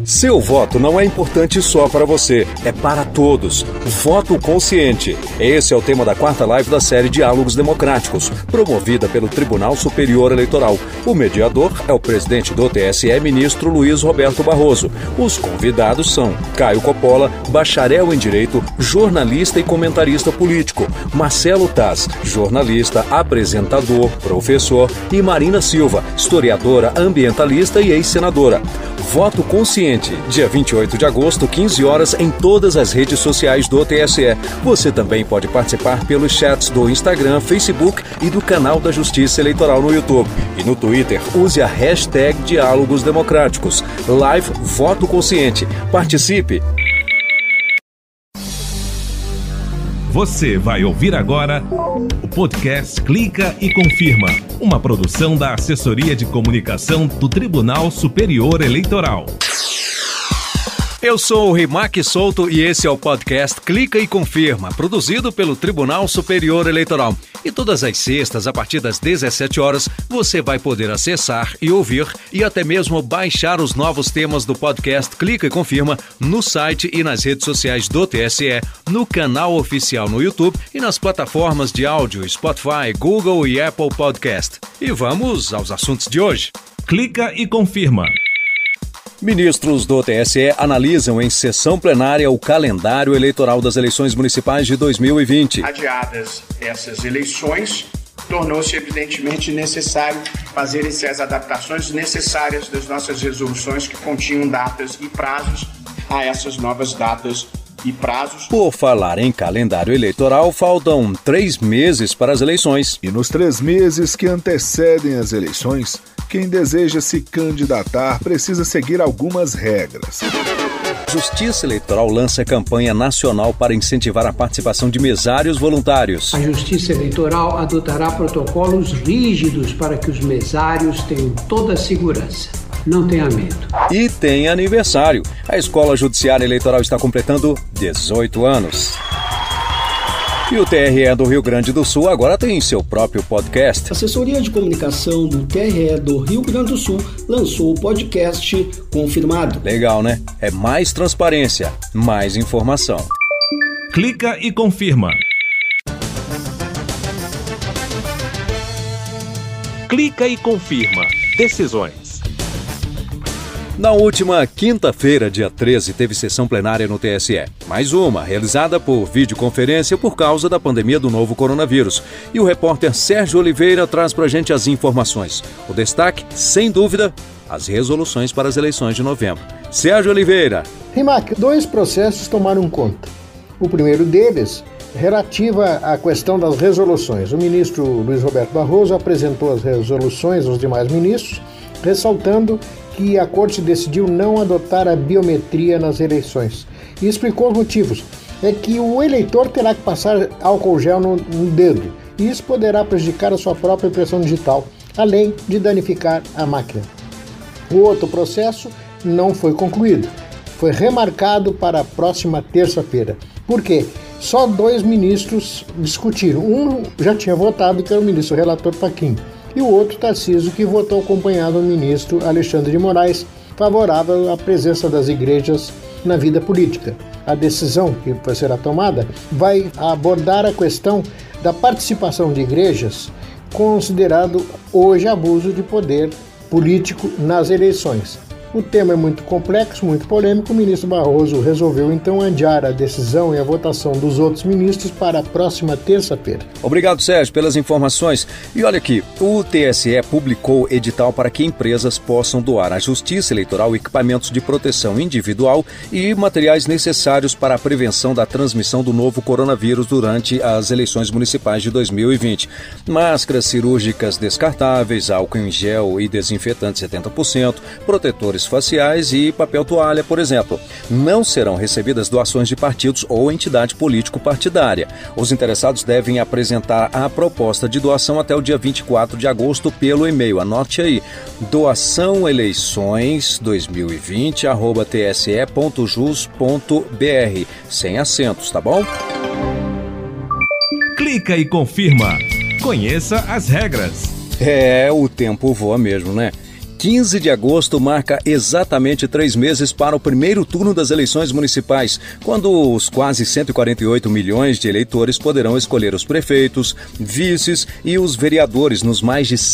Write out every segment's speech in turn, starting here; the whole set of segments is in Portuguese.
Seu voto não é importante só para você, é para todos. Voto consciente. Esse é o tema da quarta live da série Diálogos Democráticos, promovida pelo Tribunal Superior Eleitoral. O mediador é o presidente do TSE, ministro Luiz Roberto Barroso. Os convidados são Caio Coppola, bacharel em Direito, jornalista e comentarista político, Marcelo Taz, jornalista, apresentador, professor, e Marina Silva, historiadora, ambientalista e ex-senadora. Voto consciente, dia 28 de agosto, 15 horas, em todas as redes sociais do TSE. Você também pode participar pelos chats do Instagram, Facebook e do canal da Justiça Eleitoral no YouTube. E no Twitter, use a hashtag Diálogos Democráticos. Live Voto Consciente. Participe! Você vai ouvir agora o podcast Clica e Confirma, uma produção da Assessoria de Comunicação do Tribunal Superior Eleitoral. Eu sou o Rimac Souto e esse é o podcast Clica e Confirma, produzido pelo Tribunal Superior Eleitoral. E todas as sextas, a partir das 17 horas, você vai poder acessar e ouvir e até mesmo baixar os novos temas do podcast Clica e Confirma no site e nas redes sociais do TSE, no canal oficial no YouTube e nas plataformas de áudio Spotify, Google e Apple Podcast. E vamos aos assuntos de hoje. Clica e Confirma. Ministros do TSE analisam em sessão plenária o calendário eleitoral das eleições municipais de 2020. Adiadas essas eleições, tornou-se evidentemente necessário fazer essas adaptações necessárias das nossas resoluções que continham datas e prazos a essas novas datas e prazos. Por falar em calendário eleitoral, faltam 3 meses para as eleições. E nos 3 meses que antecedem as eleições, quem deseja se candidatar precisa seguir algumas regras. Justiça Eleitoral lança campanha nacional para incentivar a participação de mesários voluntários. A Justiça Eleitoral adotará protocolos rígidos para que os mesários tenham toda a segurança. Não tenha medo. E tem aniversário. A Escola Judiciária Eleitoral está completando 18 anos. E o TRE do Rio Grande do Sul agora tem seu próprio podcast. A Assessoria de Comunicação do TRE do Rio Grande do Sul lançou o podcast Confirmado. Legal, né? É mais transparência, mais informação. Clica e confirma. Clica e confirma. Decisões. Na última quinta-feira, dia 13, teve sessão plenária no TSE. Mais uma, realizada por videoconferência por causa da pandemia do novo coronavírus. E o repórter Sérgio Oliveira traz pra gente as informações. O destaque, sem dúvida, as resoluções para as eleições de novembro. Sérgio Oliveira. Rimac, 2 processos tomaram conta. O primeiro deles, relativa à questão das resoluções. O ministro Luiz Roberto Barroso apresentou as resoluções aos demais ministros, ressaltando que a Corte decidiu não adotar a biometria nas eleições. E explicou os motivos. É que o eleitor terá que passar álcool gel no dedo, e isso poderá prejudicar a sua própria impressão digital, além de danificar a máquina. O outro processo não foi concluído. Foi remarcado para a próxima terça-feira. Por quê? Só 2 ministros discutiram. Um já tinha votado, que era o ministro relator Fachin. E o outro, Tarcísio, que votou acompanhado do ministro Alexandre de Moraes, favorável à presença das igrejas na vida política. A decisão que será tomada vai abordar a questão da participação de igrejas, considerado hoje abuso de poder político nas eleições. O tema é muito complexo, muito polêmico. O ministro Barroso resolveu então adiar a decisão e a votação dos outros ministros para a próxima terça-feira. Obrigado, Sérgio, pelas informações. E olha aqui, o TSE publicou edital para que empresas possam doar à Justiça Eleitoral equipamentos de proteção individual e materiais necessários para a prevenção da transmissão do novo coronavírus durante as eleições municipais de 2020. Máscaras cirúrgicas descartáveis, álcool em gel e desinfetante 70%, protetores faciais e papel toalha, por exemplo. Não serão recebidas doações de partidos ou entidade político-partidária. Os interessados devem apresentar a proposta de doação até o dia 24 de agosto pelo e-mail. Anote aí, doaçãoeleições2020@tse.jus.br, sem acentos, tá bom? Clica e confirma. Conheça as regras. O tempo voa mesmo, né? 15 de agosto marca exatamente 3 meses para o primeiro turno das eleições municipais, quando os quase 148 milhões de eleitores poderão escolher os prefeitos, vices e os vereadores nos mais de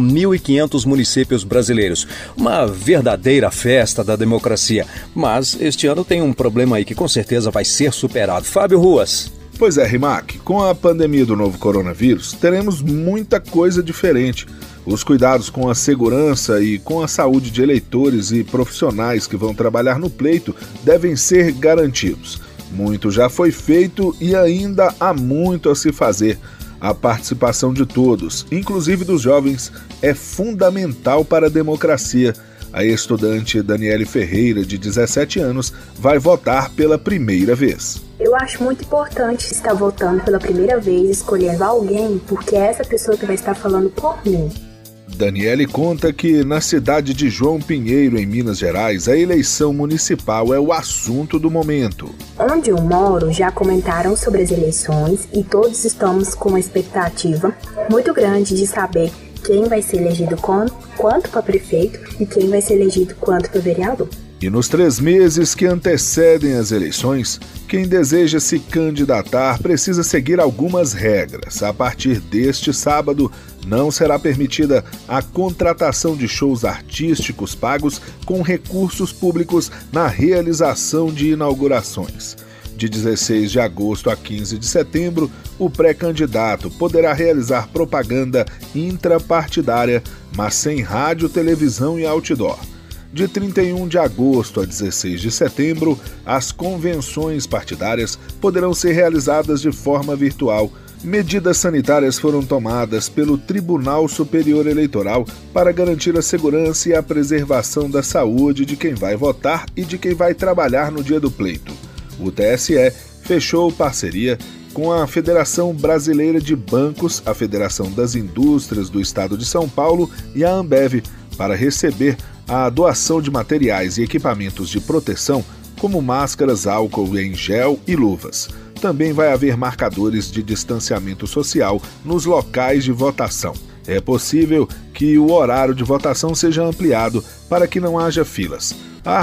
5.500 municípios brasileiros. Uma verdadeira festa da democracia. Mas este ano tem um problema aí que com certeza vai ser superado. Fábio Ruas. Pois é, Rimac, com a pandemia do novo coronavírus, teremos muita coisa diferente. Os cuidados com a segurança e com a saúde de eleitores e profissionais que vão trabalhar no pleito devem ser garantidos. Muito já foi feito e ainda há muito a se fazer. A participação de todos, inclusive dos jovens, é fundamental para a democracia. A estudante Daniele Ferreira, de 17 anos, vai votar pela primeira vez. Eu acho muito importante estar votando pela primeira vez, escolhendo alguém, porque é essa pessoa que vai estar falando por mim. Daniele conta que na cidade de João Pinheiro, em Minas Gerais, a eleição municipal é o assunto do momento. Onde eu moro, já comentaram sobre as eleições e todos estamos com uma expectativa muito grande de saber quem vai ser elegido quanto para prefeito e quem vai ser elegido quanto para vereador. E nos 3 meses que antecedem as eleições, quem deseja se candidatar precisa seguir algumas regras. A partir deste sábado, não será permitida a contratação de shows artísticos pagos com recursos públicos na realização de inaugurações. De 16 de agosto a 15 de setembro, o pré-candidato poderá realizar propaganda intrapartidária, mas sem rádio, televisão e outdoor. De 31 de agosto a 16 de setembro, as convenções partidárias poderão ser realizadas de forma virtual. Medidas sanitárias foram tomadas pelo Tribunal Superior Eleitoral para garantir a segurança e a preservação da saúde de quem vai votar e de quem vai trabalhar no dia do pleito. O TSE fechou parceria com a Federação Brasileira de Bancos, a Federação das Indústrias do Estado de São Paulo e a Ambev para receber a doação de materiais e equipamentos de proteção, como máscaras, álcool em gel e luvas. Também vai haver marcadores de distanciamento social nos locais de votação. É possível que o horário de votação seja ampliado para que não haja filas.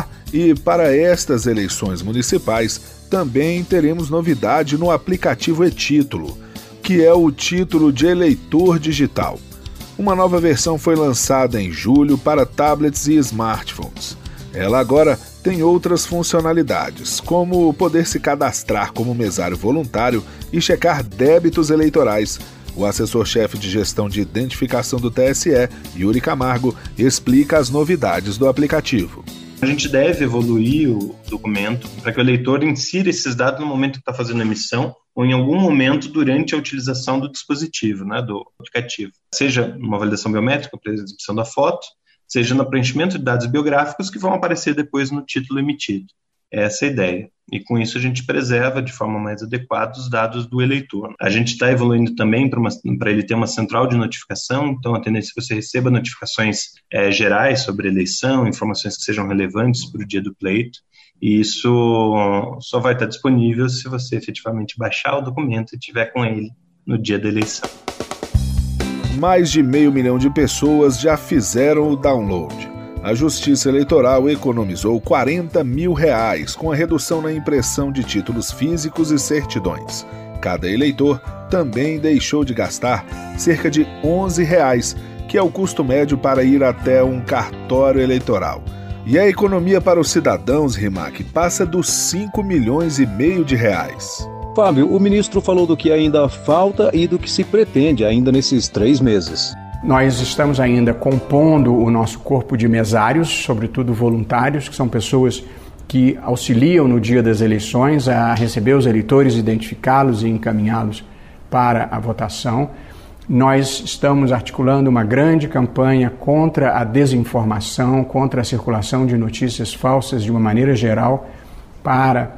E para estas eleições municipais, também teremos novidade no aplicativo e-Título, que é o título de eleitor digital. Uma nova versão foi lançada em julho para tablets e smartphones. Ela agora tem outras funcionalidades, como poder se cadastrar como mesário voluntário e checar débitos eleitorais. O assessor-chefe de gestão de identificação do TSE, Yuri Camargo, explica as novidades do aplicativo. A gente deve evoluir o documento para que o eleitor insira esses dados no momento que está fazendo a emissão ou em algum momento durante a utilização do dispositivo, do aplicativo. Seja numa validação biométrica, para a exibição da foto, seja no preenchimento de dados biográficos que vão aparecer depois no título emitido. Essa é a ideia. E com isso a gente preserva de forma mais adequada os dados do eleitor. A gente está evoluindo também para ele ter uma central de notificação, então a tendência é que você receba notificações gerais sobre a eleição, informações que sejam relevantes para o dia do pleito, e isso só vai estar disponível se você efetivamente baixar o documento e estiver com ele no dia da eleição. Mais de 500 mil de pessoas já fizeram o download. A Justiça Eleitoral economizou R$40 mil com a redução na impressão de títulos físicos e certidões. Cada eleitor também deixou de gastar cerca de R$11, que é o custo médio para ir até um cartório eleitoral. E a economia para os cidadãos, Rimac, passa dos R$5,5 milhões. Fábio, o ministro falou do que ainda falta e do que se pretende ainda nesses 3 meses. Nós estamos ainda compondo o nosso corpo de mesários, sobretudo voluntários, que são pessoas que auxiliam no dia das eleições a receber os eleitores, identificá-los e encaminhá-los para a votação. Nós estamos articulando uma grande campanha contra a desinformação, contra a circulação de notícias falsas de uma maneira geral, para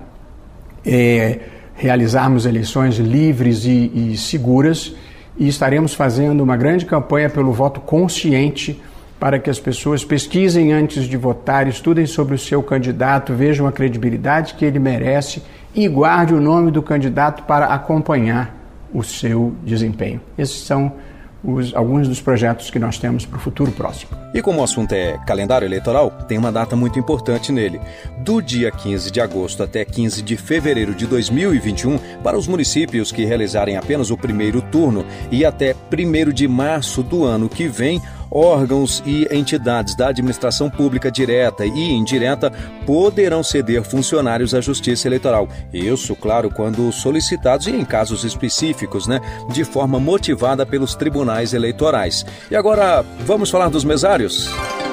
realizarmos eleições livres e seguras. E estaremos fazendo uma grande campanha pelo voto consciente para que as pessoas pesquisem antes de votar, estudem sobre o seu candidato, vejam a credibilidade que ele merece e guardem o nome do candidato para acompanhar o seu desempenho. Esses são alguns dos projetos que nós temos para o futuro próximo. E como o assunto é calendário eleitoral, tem uma data muito importante nele. Do dia 15 de agosto até 15 de fevereiro de 2021, para os municípios que realizarem apenas o primeiro turno e até 1º de março do ano que vem, órgãos e entidades da administração pública direta e indireta poderão ceder funcionários à Justiça Eleitoral. Isso, claro, quando solicitados e em casos específicos, de forma motivada pelos tribunais eleitorais. E agora, vamos falar dos mesários?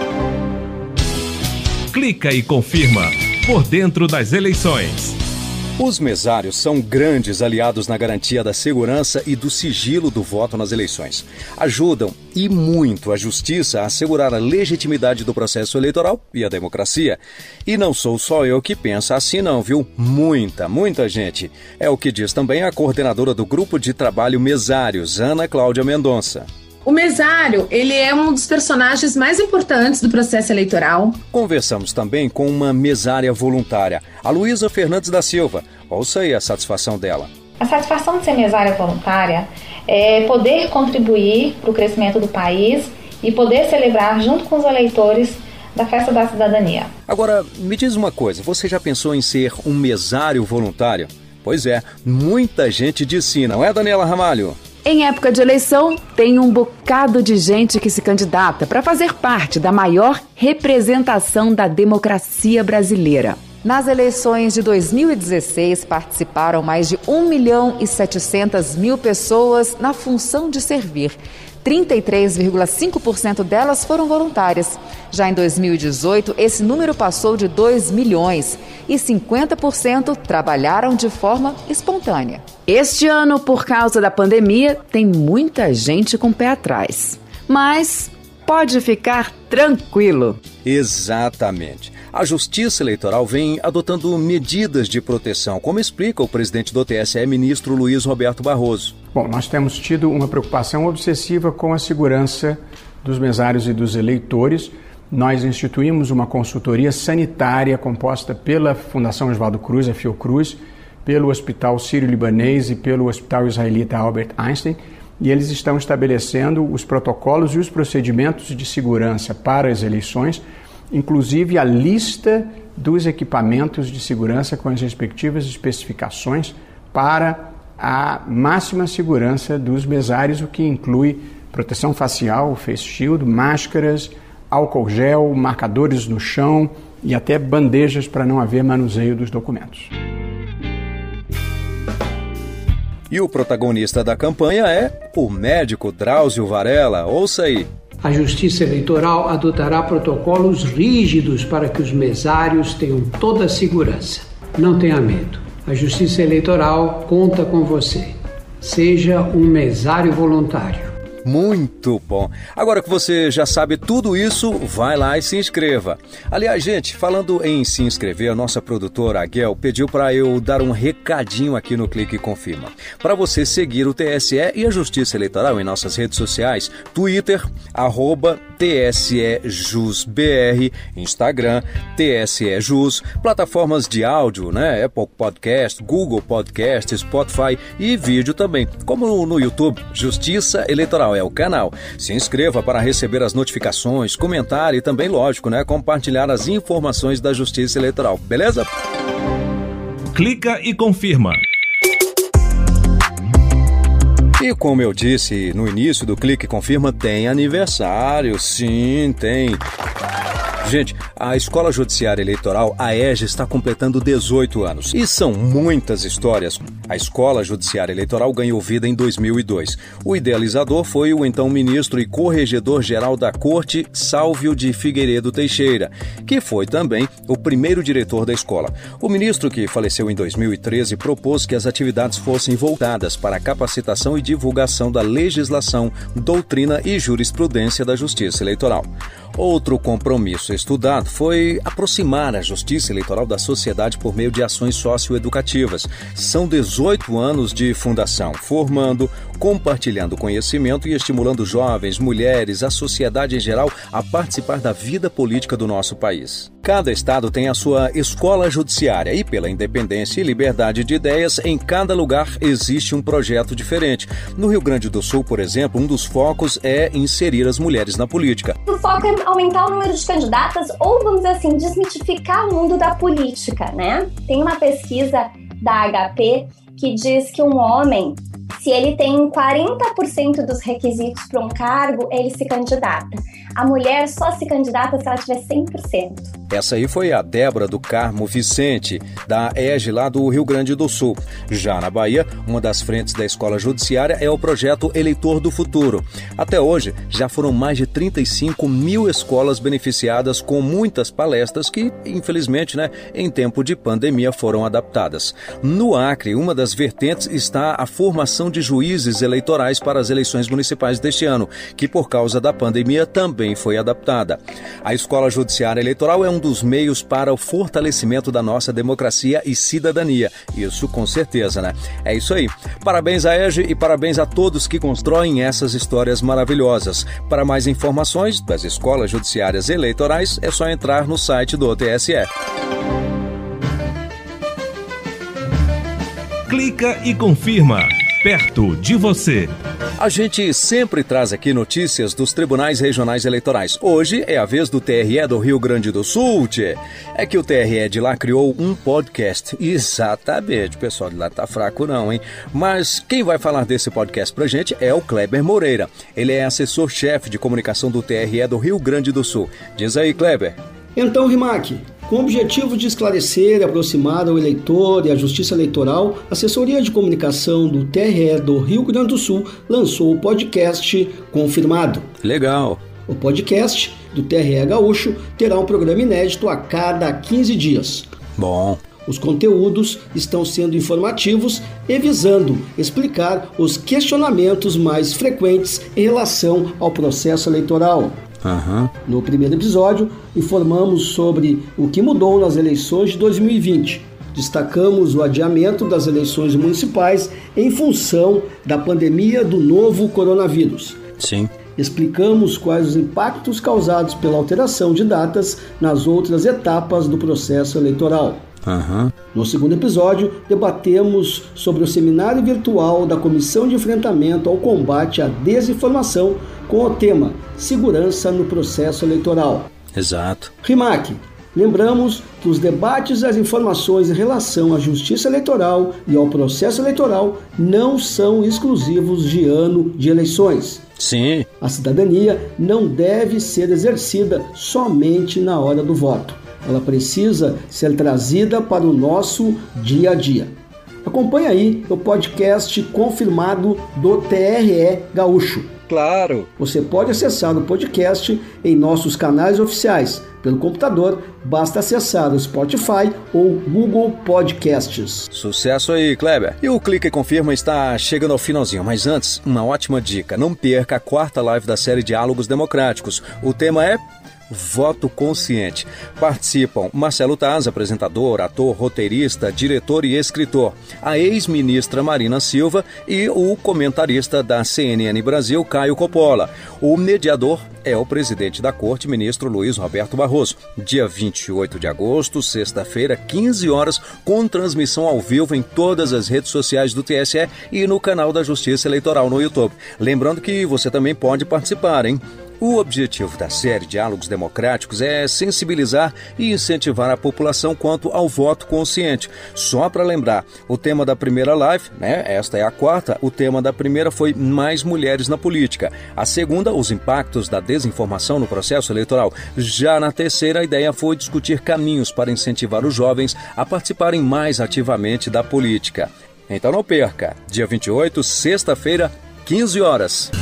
Clica e confirma, por dentro das eleições. Os mesários são grandes aliados na garantia da segurança e do sigilo do voto nas eleições. Ajudam e muito a Justiça a assegurar a legitimidade do processo eleitoral e a democracia. E não sou só eu que pensa assim não, viu? Muita gente. É o que diz também a coordenadora do Grupo de Trabalho Mesários, Ana Cláudia Mendonça. O mesário, ele é um dos personagens mais importantes do processo eleitoral. Conversamos também com uma mesária voluntária, a Luísa Fernandes da Silva. Ouça aí a satisfação dela. A satisfação de ser mesária voluntária é poder contribuir para o crescimento do país e poder celebrar junto com os eleitores da Festa da Cidadania. Agora, me diz uma coisa, você já pensou em ser um mesário voluntário? Pois é, muita gente diz sim, não é, Daniela Ramalho? Em época de eleição, tem um bocado de gente que se candidata para fazer parte da maior representação da democracia brasileira. Nas eleições de 2016, participaram mais de 1.700.000 pessoas na função de servir. 33,5% delas foram voluntárias. Já em 2018, esse número passou de 2 milhões e 50% trabalharam de forma espontânea. Este ano, por causa da pandemia, tem muita gente com o pé atrás. Mas pode ficar tranquilo. Exatamente. A Justiça Eleitoral vem adotando medidas de proteção, como explica o presidente do TSE, ministro Luiz Roberto Barroso. Bom, nós temos tido uma preocupação obsessiva com a segurança dos mesários e dos eleitores. Nós instituímos uma consultoria sanitária composta pela Fundação Oswaldo Cruz, a Fiocruz, pelo Hospital Sírio-Libanês e pelo Hospital Israelita Albert Einstein, e eles estão estabelecendo os protocolos e os procedimentos de segurança para as eleições, inclusive a lista dos equipamentos de segurança com as respectivas especificações para a máxima segurança dos mesários, o que inclui proteção facial, face shield, máscaras, álcool gel, marcadores no chão e até bandejas para não haver manuseio dos documentos. E o protagonista da campanha é o médico Drauzio Varela. Ouça aí. A Justiça Eleitoral adotará protocolos rígidos para que os mesários tenham toda a segurança. Não tenha medo. A Justiça Eleitoral conta com você. Seja um mesário voluntário. Muito bom. Agora que você já sabe tudo isso, vai lá e se inscreva. Aliás, gente, falando em se inscrever, a nossa produtora, a Guel, pediu para eu dar um recadinho aqui no Clique e Confirma. Para você seguir o TSE e a Justiça Eleitoral em nossas redes sociais, Twitter, @TSEJusBR, Instagram, TSEJus, plataformas de áudio, Apple Podcast, Google Podcast, Spotify e vídeo também, como no YouTube, Justiça Eleitoral é o canal. Se inscreva para receber as notificações, comentar e também, lógico, compartilhar as informações da Justiça Eleitoral, beleza? Clica e confirma. E como eu disse no início do Clique e Confirma, tem aniversário, sim, tem. Gente, a Escola Judiciária Eleitoral, a EJA, está completando 18 anos. E são muitas histórias. A Escola Judiciária Eleitoral ganhou vida em 2002. O idealizador foi o então ministro e corregedor-geral da Corte, Sálvio de Figueiredo Teixeira, que foi também o primeiro diretor da escola. O ministro, que faleceu em 2013, propôs que as atividades fossem voltadas para a capacitação e divulgação da legislação, doutrina e jurisprudência da Justiça Eleitoral. Outro compromisso estudado foi aproximar a Justiça Eleitoral da sociedade por meio de ações socioeducativas. São 18 anos de fundação, formando, compartilhando conhecimento e estimulando jovens, mulheres, a sociedade em geral a participar da vida política do nosso país. Cada estado tem a sua escola judiciária e, pela independência e liberdade de ideias, em cada lugar existe um projeto diferente. No Rio Grande do Sul, por exemplo, um dos focos é inserir as mulheres na política. O foco é aumentar o número de candidatas ou, vamos dizer assim, desmitificar o mundo da política, né? Tem uma pesquisa da HP que diz que um homem, se ele tem 40% dos requisitos para um cargo, ele se candidata. A mulher só se candidata se ela tiver 100%. Essa aí foi a Débora do Carmo Vicente, da EGE lá do Rio Grande do Sul. Já na Bahia, uma das frentes da Escola Judiciária é o projeto Eleitor do Futuro. Até hoje, já foram mais de 35 mil escolas beneficiadas com muitas palestras que, infelizmente, em tempo de pandemia foram adaptadas. No Acre, uma das vertentes está a formação de juízes eleitorais para as eleições municipais deste ano, que por causa da pandemia também foi adaptada. A Escola Judiciária Eleitoral é um dos meios para o fortalecimento da nossa democracia e cidadania. Isso com certeza, É isso aí. Parabéns à EGE e parabéns a todos que constroem essas histórias maravilhosas. Para mais informações das escolas judiciárias eleitorais, é só entrar no site do TSE. Clica e confirma. Perto de você. A gente sempre traz aqui notícias dos tribunais regionais eleitorais. Hoje é a vez do TRE do Rio Grande do Sul, tchê. É que o TRE de lá criou um podcast. Exatamente, o pessoal de lá tá fraco não, hein? Mas quem vai falar desse podcast pra gente é o Kleber Moreira. Ele é assessor-chefe de comunicação do TRE do Rio Grande do Sul. Diz aí, Kleber. Então, Rimac, com o objetivo de esclarecer e aproximar o eleitor e a Justiça Eleitoral, a Assessoria de Comunicação do TRE do Rio Grande do Sul lançou o podcast Confirmado. Legal! O podcast do TRE Gaúcho terá um programa inédito a cada 15 dias. Bom. Os conteúdos estão sendo informativos e visando explicar os questionamentos mais frequentes em relação ao processo eleitoral. No primeiro episódio, informamos sobre o que mudou nas eleições de 2020. Destacamos o adiamento das eleições municipais em função da pandemia do novo coronavírus. Sim. Explicamos quais os impactos causados pela alteração de datas nas outras etapas do processo eleitoral. No segundo episódio, debatemos sobre o seminário virtual da Comissão de Enfrentamento ao Combate à Desinformação com o tema Segurança no Processo Eleitoral. Exato. Rimac, lembramos que os debates e as informações em relação à justiça eleitoral e ao processo eleitoral não são exclusivos de ano de eleições. Sim. A cidadania não deve ser exercida somente na hora do voto. Ela precisa ser trazida para o nosso dia a dia. Acompanhe aí o podcast Confirmado do TRE Gaúcho. Claro! Você pode acessar o podcast em nossos canais oficiais. Pelo computador, basta acessar o Spotify ou Google Podcasts. Sucesso aí, Kleber! E o Clica e Confirma está chegando ao finalzinho, mas antes, uma ótima dica. Não perca a quarta live da série Diálogos Democráticos. O tema é Voto Consciente. Participam Marcelo Taz, apresentador, ator, roteirista, diretor e escritor, a ex-ministra Marina Silva e o comentarista da CNN Brasil, Caio Coppola. O mediador é o presidente da Corte, ministro Luiz Roberto Barroso. Dia 28 de agosto, sexta-feira, 15 horas, com transmissão ao vivo em todas as redes sociais do TSE e no canal da Justiça Eleitoral no YouTube. Lembrando que você também pode participar, hein? O objetivo da série Diálogos Democráticos é sensibilizar e incentivar a população quanto ao voto consciente. Só para lembrar, o tema da primeira live, esta é a quarta, o tema da primeira foi mais mulheres na política. A segunda, os impactos da desinformação no processo eleitoral. Já na terceira, a ideia foi discutir caminhos para incentivar os jovens a participarem mais ativamente da política. Então não perca, dia 28, sexta-feira, 15 horas.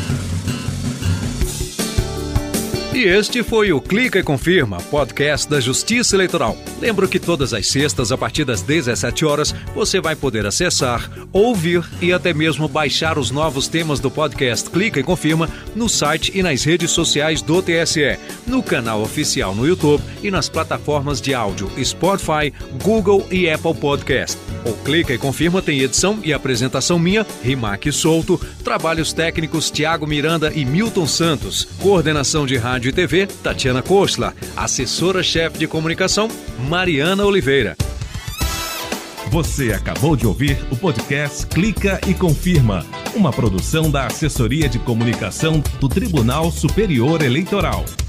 E este foi o Clica e Confirma, podcast da Justiça Eleitoral. Lembro que todas as sextas, a partir das 17 horas, você vai poder acessar, ouvir e até mesmo baixar os novos temas do podcast Clica e Confirma no site e nas redes sociais do TSE, no canal oficial no YouTube e nas plataformas de áudio Spotify, Google e Apple Podcast. O Clica e Confirma tem edição e apresentação minha, Rimac Souto, trabalhos técnicos Tiago Miranda e Milton Santos, coordenação de rádio Rádio e TV, Tatiana Kostler. Assessora-chefe de comunicação, Mariana Oliveira. Você acabou de ouvir o podcast Clica e Confirma, uma produção da Assessoria de Comunicação do Tribunal Superior Eleitoral.